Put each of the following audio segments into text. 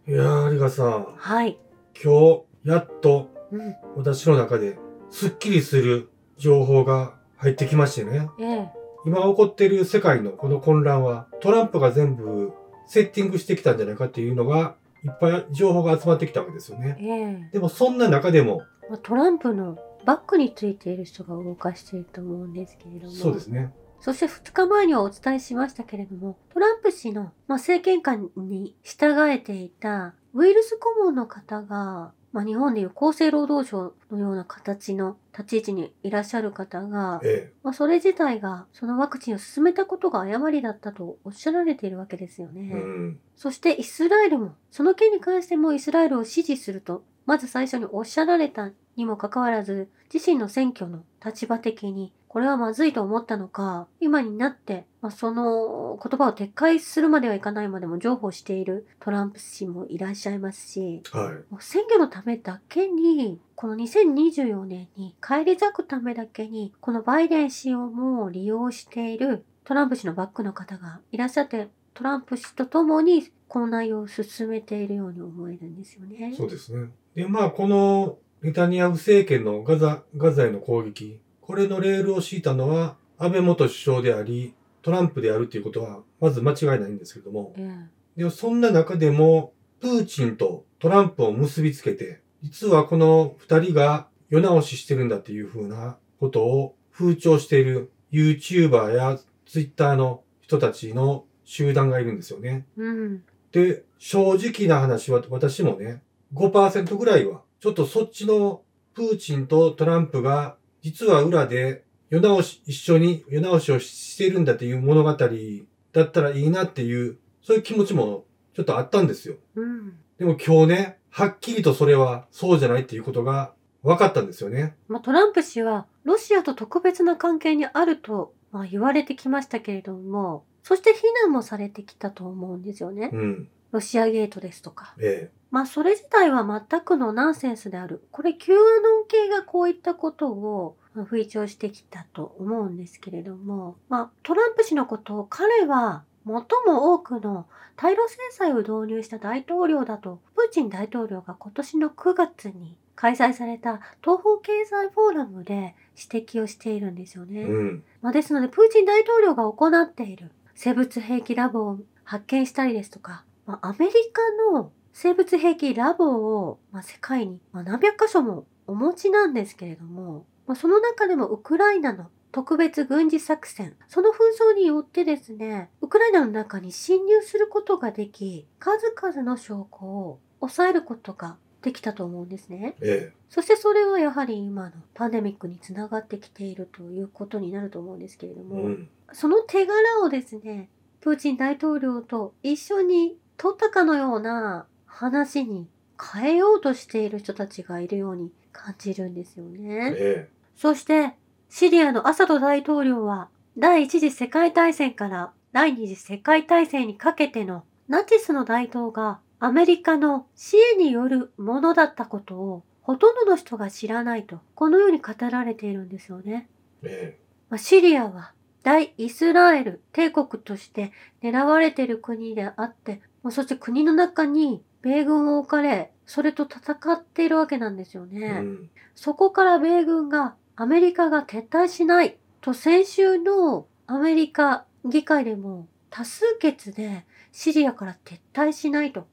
いやー、有賀さん、 はい。 今日やっとうん。 私の中ですっきりする情報が入ってきましてね。 ええ。 今起こっている世界のこの混乱はトランプが全部セッティングしてきたんじゃないかっていうのがいっぱい情報が集まってきたわけですよね。 ええ。 でもそんな中でも、 トランプのバックについている人が動かしていると思うんですけれども。 そうですね。 そして2日前にはお伝えしましたけれども、トランプ氏の、政権下に従えていたウイルス顧問の方が、日本でいう厚生労働省のような形の立ち位置にいらっしゃる方が、 えそれ自体がそのワクチンを進めたことが誤りだったとおっしゃられているわけですよね。そしてイスラエルも、その件に関してもイスラエルを支持すると、まず最初におっしゃられたにもかかわらず、自身の選挙の立場的に、これはまずいと思ったのか、今になって、その言葉を撤回するまではいかないまでも譲歩しているトランプ氏もいらっしゃいますし、 はい。 もう選挙のためだけに、この2024年に返り咲くためだけに、このバイデン氏をも利用しているトランプ氏のバックの方がいらっしゃって、トランプ氏と共にこの内容を進めているように思えるんですよね。 そうですね。で、このネタニヤフ政権のガザへの攻撃、これのレールを敷いたのは安倍元首相であり、トランプであるということはまず間違いないんですけれども、でもそんな中でもプーチンとトランプを結びつけて、実はこの二人が世直ししてるんだっていうふうなことを風潮している YouTuber や Twitter の人たちの集団がいるんですよね。で、正直な話は私もね、5% ぐらいは、ちょっとそっちのプーチンとトランプが、実は裏で一緒に世直しをしているんだっていう物語だったらいいなっていう、そういう気持ちもちょっとあったんですよ。でも今日ね、はっきりとそれはそうじゃないっていうことが分かったんですよね。 トランプ氏はロシアと特別な関係にあると、言われてきましたけれども、そして非難もされてきたと思うんですよね。ロシアゲートですとか。それ自体は全くのナンセンスである。これ、Q アノン系がこういったことを吹聴してきたと思うんですけれども、トランプ氏のことを彼は最も多くの対ロ制裁を導入した大統領だと、プーチン大統領が今年の9月に開催された東方経済フォーラムで指摘をしているんですよね。ですので、プーチン大統領が行っている生物兵器ラボを発見したりですとか、アメリカの生物兵器ラボを、世界に、何百箇所もお持ちなんですけれども、その中でもウクライナの特別軍事作戦、その紛争によってですね、ウクライナの中に侵入することができ、数々の証拠を抑えることができたと思うんですね。そしてそれはやはり今のパンデミックにつながってきているということになると思うんですけれども、その手柄をですね、プーチン大統領と一緒に取ったかのような話に変えようとしている人たちがいるように感じるんですよね。そして、シリアのアサド大統領は、第一次世界大戦から第二次世界大戦にかけてのナチスの台頭がアメリカの支援によるものだったことをほとんどの人が知らないと、このように語られているんですよね。シリアは大イスラエル帝国として狙われている国であって、そして国の中に米軍を置かれ、それと戦っているわけなんですよね。そこから米軍がアメリカが撤退しないと先週のアメリカ議会でも多数決でシリアから撤退しないと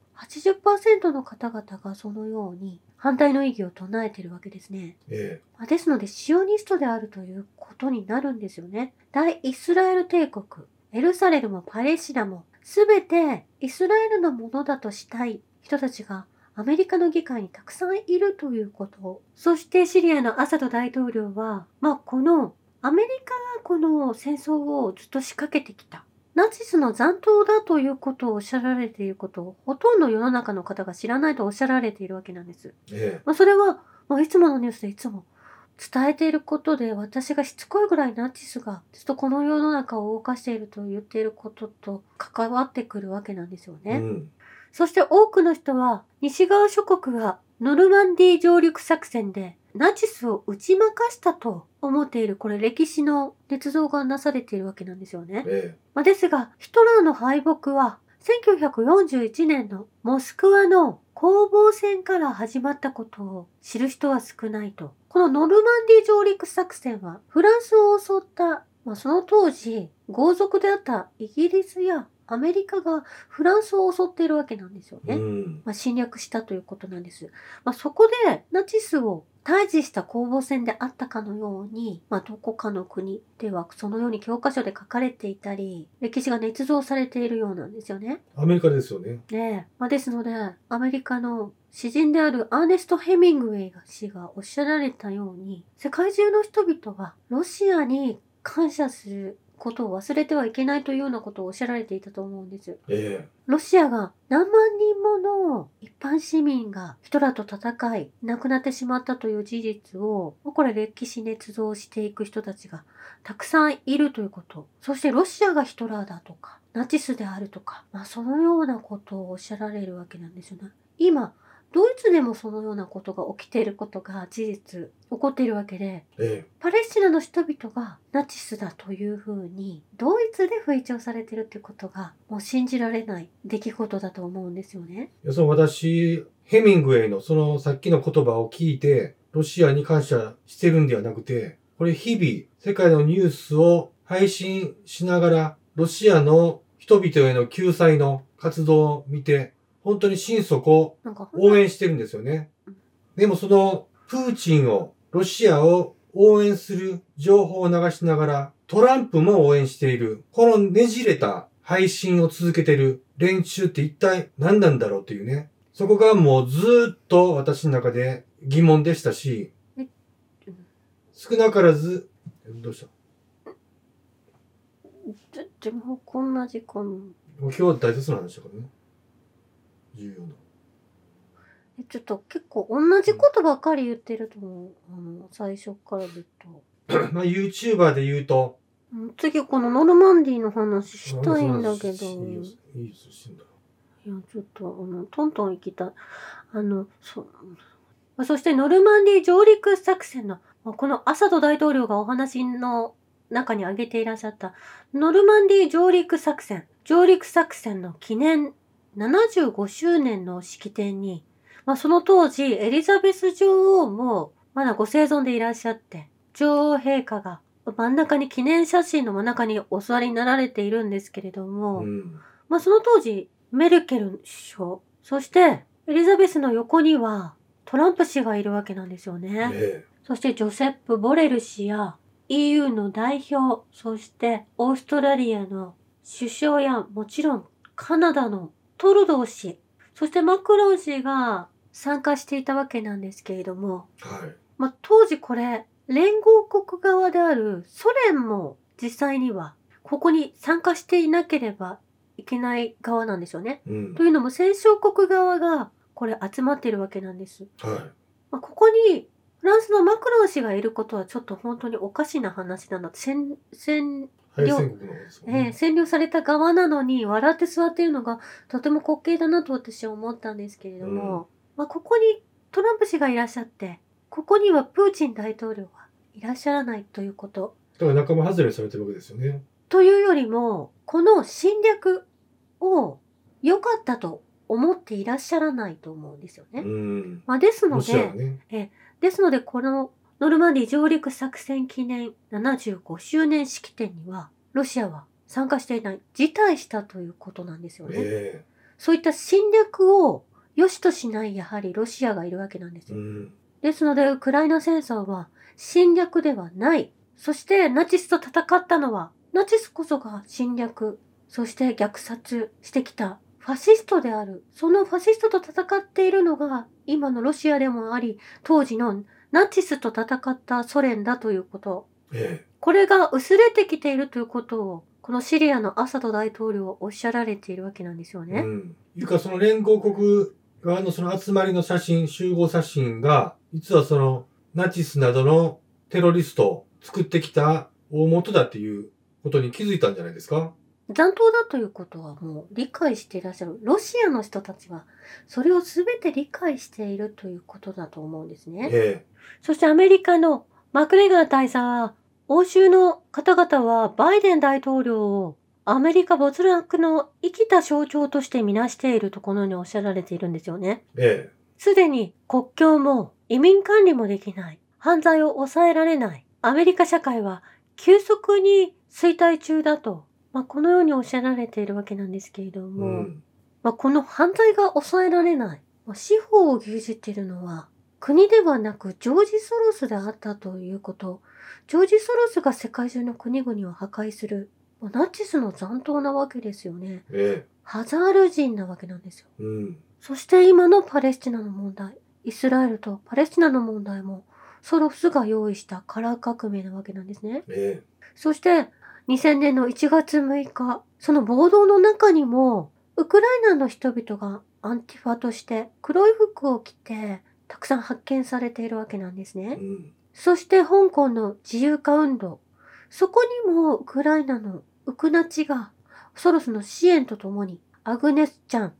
80% の方々がそのように反対の意義を唱えているわけですね。ですのでシオニストであるということになるんですよね。大イスラエル帝国、エルサレムもパレスチナも全てイスラエルのものだとしたい人たちがアメリカの議会にたくさんいるということ。そしてシリアのアサド大統領は、このアメリカがこの戦争をずっと仕掛けてきた。ナチスの残党だということをおっしゃられていることをほとんど世の中の方が知らないとおっしゃられているわけなんです。それはいつものニュースでいつも伝えていることで、私がしつこいぐらいナチスがずっとこの世の中を動かしていると言っていることと関わってくるわけなんですよね。そして多くの人は西側諸国がノルマンディー上陸作戦でナチスを打ち負かしたと思っている、これ歴史の捏造がなされているわけなんですよね。ですが、ヒトラーの敗北は 1941年のモスクワの攻防戦から始まったことを知る人は少ないと。このノルマンディー上陸作戦はフランスを襲った、その当時豪族であったイギリスやアメリカがフランスを襲っているわけなんですよね。侵略したということなんです。そこでナチスを対峙した攻防戦であったかのように、どこかの国ではそのように教科書で書かれていたり、歴史が捏造されているようなんですよね。 アメリカですよね。 ですので、アメリカの詩人であるアーネスト・ヘミングウェイ氏がおっしゃられたように、世界中の人々はロシアに感謝することを忘れてはいけないというようなことをおっしゃられていたと思うんです。ロシアが何万人もの一般市民がヒトラーと戦い亡くなってしまったという事実を、これ歴史捏造していく人たちがたくさんいるということ。そしてロシアがヒトラーだとかナチスであるとか、そのようなことをおっしゃられるわけなんですよね。今ドイツでもそのようなことが起きていることが事実起こっているわけで、パレスチナの人々がナチスだというふうにドイツで吹聴されているということがもう信じられない出来事だと思うんですよね。 私ヘミングウェイのそのさっきの言葉を聞いてロシアに感謝してるんではなくて、これ日々世界のニュースを配信しながらロシアの人々への救済の活動を見て本当に心底応援してるんですよね。でもそのプーチンを、ロシアを応援する情報を流しながらトランプも応援している。このねじれた配信を続けてる連中って一体何なんだろうっていうね。そこがもうずっと私の中で疑問でしたし、少なからず、どうした？ でもこんな時間。もう今日は大切な話だからね。重要な。 ちょっと結構同じことばっかり言ってると思う。最初からずっと。 YouTuber で言うと。 次このノルマンディーの話したいんだけど。いいしてんだ。 いや、ちょっと、トントン行きたい。そしてノルマンディー上陸作戦の、このアサド大統領がお話の中に挙げていらっしゃったノルマンディー上陸作戦の記念75周年の式典に、その当時エリザベス女王もまだご生存でいらっしゃって、女王陛下が真ん中に記念写真の真ん中にお座りになられているんですけれども、その当時メルケル首相、そしてエリザベスの横にはトランプ氏がいるわけなんですよね。そしてジョセップ・ボレル氏や EU の代表、そしてオーストラリアの首相やもちろんカナダのトルドー氏、そしてマクロン氏が参加していたわけなんですけれども、当時これ連合国側であるソ連も実際にはここに参加していなければいけない側なんですよね。というのも戦勝国側がこれ集まっているわけなんです。ここにフランスのマクロン氏がいることはちょっと本当におかしな話だな。占領された側なのに笑って座っているのがとても滑稽だなと私は思ったんですけれども、ここにトランプ氏がいらっしゃって、ここにはプーチン大統領はいらっしゃらないということ。 だから仲間外れされてるわけですよね。 というよりも、この侵略を良かったと思っていらっしゃらないと思うんですよね。ですので、このノルマンディー上陸作戦記念75周年式典には、ロシアは参加していない、辞退したということなんですよね。そういった侵略を良しとしないやはりロシアがいるわけなんですよ。ですので、ウクライナ戦争は侵略ではない。そしてナチスと戦ったのは、ナチスこそが侵略、そして虐殺してきたファシストである。そのファシストと戦っているのが今のロシアでもあり、当時のナチスと戦ったソ連だということ。これが薄れてきているということを、このシリアのアサド大統領はおっしゃられているわけなんですよね。 その連合国側のその集まりの写真、集合写真が、実はそのナチスなどのテロリストを作ってきた大元だっていうことに気づいたんじゃないですか？ 残党だということはもう理解していらっしゃる。ロシアの人たちはそれを全て理解しているということだと思うんですね。そしてアメリカのマクレガー大佐は、欧州の方々はバイデン大統領をアメリカ没落の生きた象徴としてみなしているとこのようにおっしゃられているんですよね。すでに国境も移民管理もできない。犯罪を抑えられない。アメリカ社会は急速に衰退中だと、このようにおっしゃられているわけなんですけれども、この犯罪が抑えられない。司法を牛耳っているのは国ではなくジョージ・ソロスであったということ。ジョージ・ソロスが世界中の国々を破壊するナチスの残党なわけですよね。ハザール人なわけなんですよ。そして今のパレスチナの問題、イスラエルとパレスチナの問題もソロスが用意したカラー革命なわけなんですね。そして2000年の1月6日、その暴動の中にもウクライナの人々がアンティファとして黒い服を着てたくさん発見されているわけなんですね。そして香港の自由化運動、そこにもウクライナのウクナチがソロスの支援とともにアグネス朝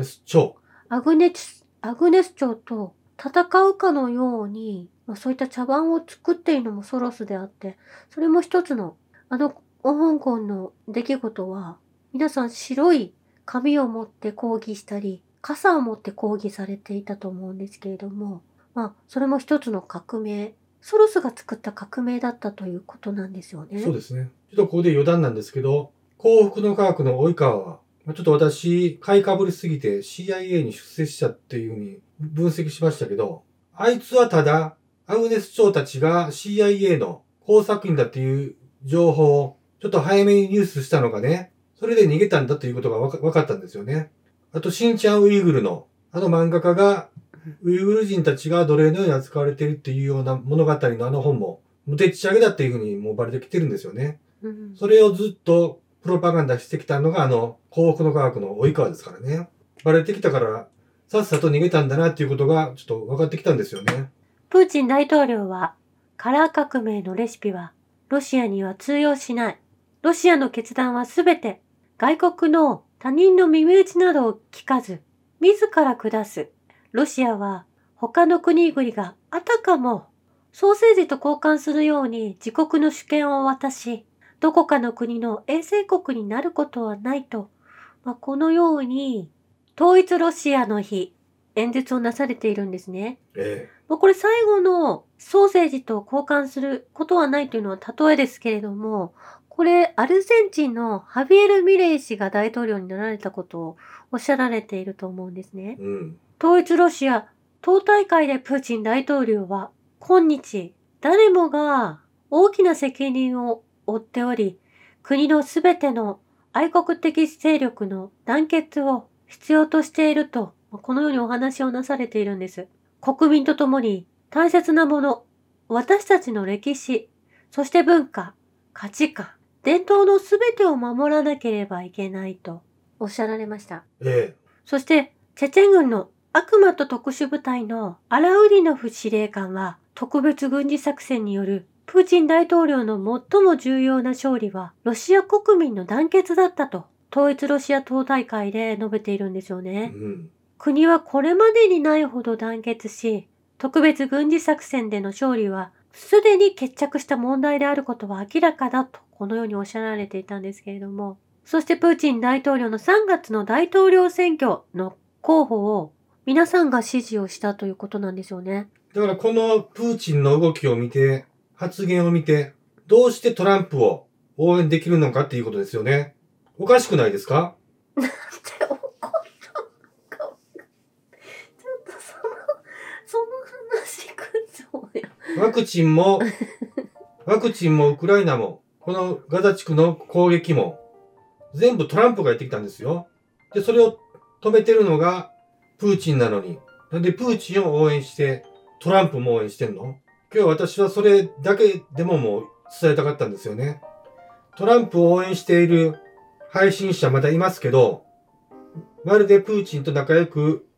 と戦うかのように、そういった茶番を作っているのもソロスであって、それも一つの香港の出来事は皆さん白い紙を持って抗議したり傘を持って抗議されていたと思うんですけれども、それも一つの革命、ソロスが作った革命だったということなんですよね。 そうですね。ちょっとここで余談なんですけど、幸福の科学の及川は、ちょっと私、買いかぶりすぎて CIA に出世したっていうふうに分析しましたけど、あいつはただ、アグネス長たちが CIA の工作員だっていう情報をちょっと早めにニュースしたのがね、それで逃げたんだということが分かったんですよね。あと、シンチャン・ウイグルの漫画家が、ウイグル人たちが奴隷のように扱われているっていうような物語の本も、でっち上げだっていうふうにもうバレてきてるんですよね。それをずっとプロパガンダしてきたのが幸福の科学の及川ですからね。バレてきたから、さっさと逃げたんだなっていうことがちょっと分かってきたんですよね。 プーチン大統領は、カラー革命のレシピはロシアには通用しない。ロシアの決断はすべて外国の他人の耳打ちなどを聞かず、自ら下す。ロシアは他の国々があたかもソーセージと交換するように自国の主権を渡し、どこかの国の衛星国になることはないと、このように統一ロシアの日、演説をなされているんですね。これ最後のソーセージと交換することはないというのは例えですけれども、これアルゼンチンのハビエル・ミレイ氏が大統領になられたことをおっしゃられていると思うんですね。統一ロシア党大会でプーチン大統領は今日誰もが大きな責任を負っており、国のすべての愛国的勢力の団結を必要としていると、このようにお話をなされているんです。国民と共に大切なもの、私たちの歴史、そして文化、価値観、伝統のすべてを守らなければいけないとおっしゃられました。そして、チェチェン軍の悪魔と特殊部隊のアラウディノフ司令官は、特別軍事作戦によるプーチン大統領の最も重要な勝利は、ロシア国民の団結だったと、統一ロシア党大会で述べているんですよね。国はこれまでにないほど団結し、特別軍事作戦での勝利は、すでに決着した問題であることは明らかだと、このようにおっしゃられていたんですけれども、そしてプーチン大統領の3月の大統領選挙の候補を皆さんが支持をしたということなんですよね。 だからこのプーチンの動きを見て、発言を見て、どうしてトランプを応援できるのかっていうことですよね。おかしくないですか？ なんで怒ったのか。ちょっとその話くそうや。 ワクチンもウクライナも、このガザ地区の攻撃も、全部トランプがやってきたんですよ。で、それを止めてるのがプーチンなのに。なんでプーチンを応援して、トランプも応援してんの？今日私はそれだけでももう伝えたかったんですよね。トランプを応援している配信者まだいますけど、まるでプーチンと仲良く、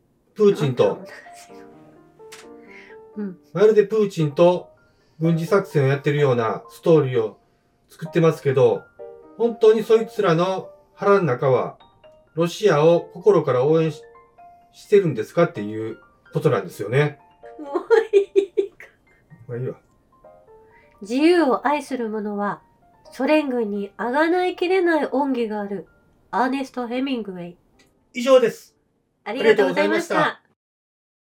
まるでプーチンと軍事作戦をやってるようなストーリーを作ってますけど、本当にそいつらの腹の中は、ロシアを心から応援してるんですかっていうことなんですよね。 もういいか。 まあいいわ。 自由を愛する者はソ連軍にあがないきれない恩義があるアーネスト・ヘミングウェイ。 以上です。 ありがとうございました。